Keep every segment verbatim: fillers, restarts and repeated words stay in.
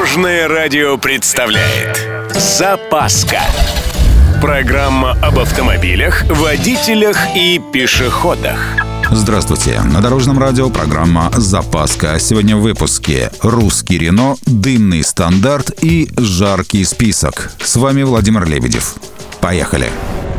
Дорожное радио представляет «Запаска». Программа об автомобилях, водителях и пешеходах. Здравствуйте. На Дорожном радио программа «Запаска». Сегодня в выпуске русский Рено, дымный стандарт и жаркий список. С вами Владимир Лебедев. Поехали.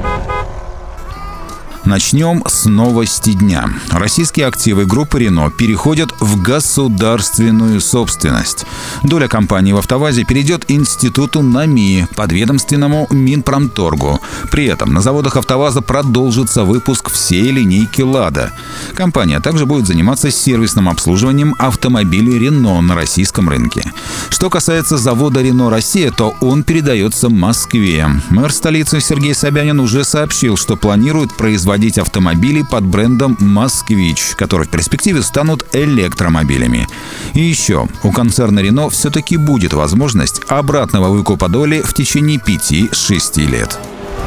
Начнем с новости дня. Российские активы группы Рено переходят в государственную собственность. Доля компании в АвтоВАЗе перейдет институту НАМИ, подведомственному Минпромторгу. При этом на заводах АвтоВАЗа продолжится выпуск всей линейки «Лада». Компания также будет заниматься сервисным обслуживанием автомобилей Рено на российском рынке. Что касается завода Рено Россия, то он передается Москве. Мэр столицы Сергей Собянин уже сообщил, что планирует производить автомобили под брендом «Москвич», которые в перспективе станут электромобилями. И еще, у концерна Рено все-таки будет возможность обратного выкупа доли в течение пяти-шести лет.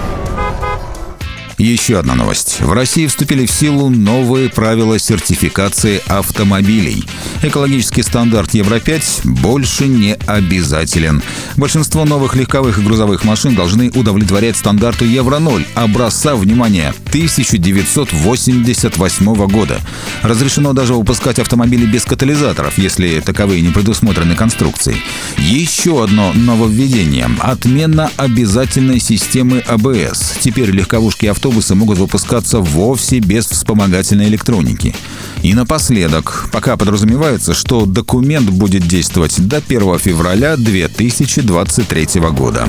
Еще одна новость. В России вступили в силу новые правила сертификации автомобилей. Экологический стандарт Евро пять больше не обязателен. Большинство новых легковых и грузовых машин должны удовлетворять стандарту Евро ноль образца, внимание, тысяча девятьсот восемьдесят восьмого года. Разрешено даже выпускать автомобили без катализаторов, если таковые не предусмотрены конструкцией. Еще одно нововведение – отмена обязательной системы а бэ эс. Теперь легковушки и автобусы могут выпускаться вовсе без вспомогательной электроники. И напоследок, пока подразумевается, что документ будет действовать до первого февраля две тысячи двадцать третьего года.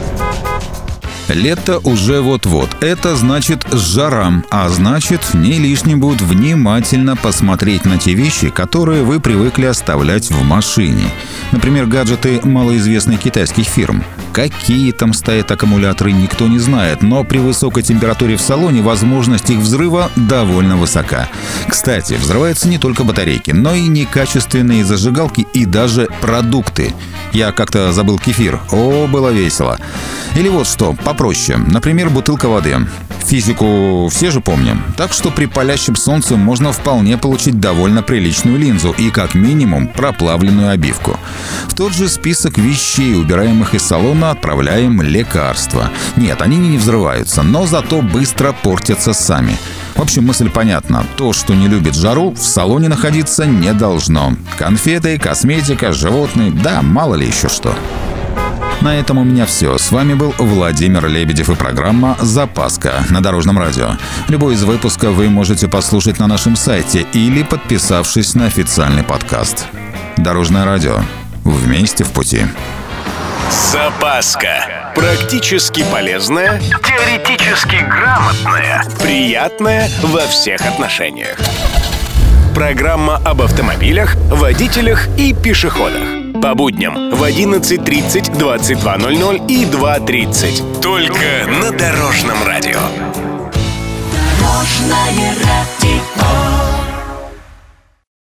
Лето уже вот-вот. Это значит жара, а значит не лишним будет внимательно посмотреть на те вещи, которые вы привыкли оставлять в машине. Например, гаджеты малоизвестных китайских фирм. Какие там стоят аккумуляторы, никто не знает, но при высокой температуре в салоне возможность их взрыва довольно высока. Кстати, взрываются не только батарейки, но и некачественные зажигалки и даже продукты. Я как-то забыл кефир. О, было весело. Или вот что, попроще. Например, бутылка воды. Физику все же помним. Так что при палящем солнце можно вполне получить довольно приличную линзу и как минимум проплавленную обивку. В тот же список вещей, убираемых из салона, отправляем лекарства. Нет, они не взрываются, но зато быстро портятся сами. В общем, мысль понятна. То, что не любит жару, в салоне находиться не должно. Конфеты, косметика, животные, да, мало ли еще что. На этом у меня все. С вами был Владимир Лебедев и программа «Запаска» на Дорожном радио. Любой из выпусков вы можете послушать на нашем сайте или подписавшись на официальный подкаст. Дорожное радио. Вместе в пути. Запаска. Практически полезная, теоретически грамотная, приятная во всех отношениях. Программа об автомобилях, водителях и пешеходах. По будням в одиннадцать тридцать, двадцать два ноль ноль и два тридцать. Только на Дорожном радио. Дорожное радио.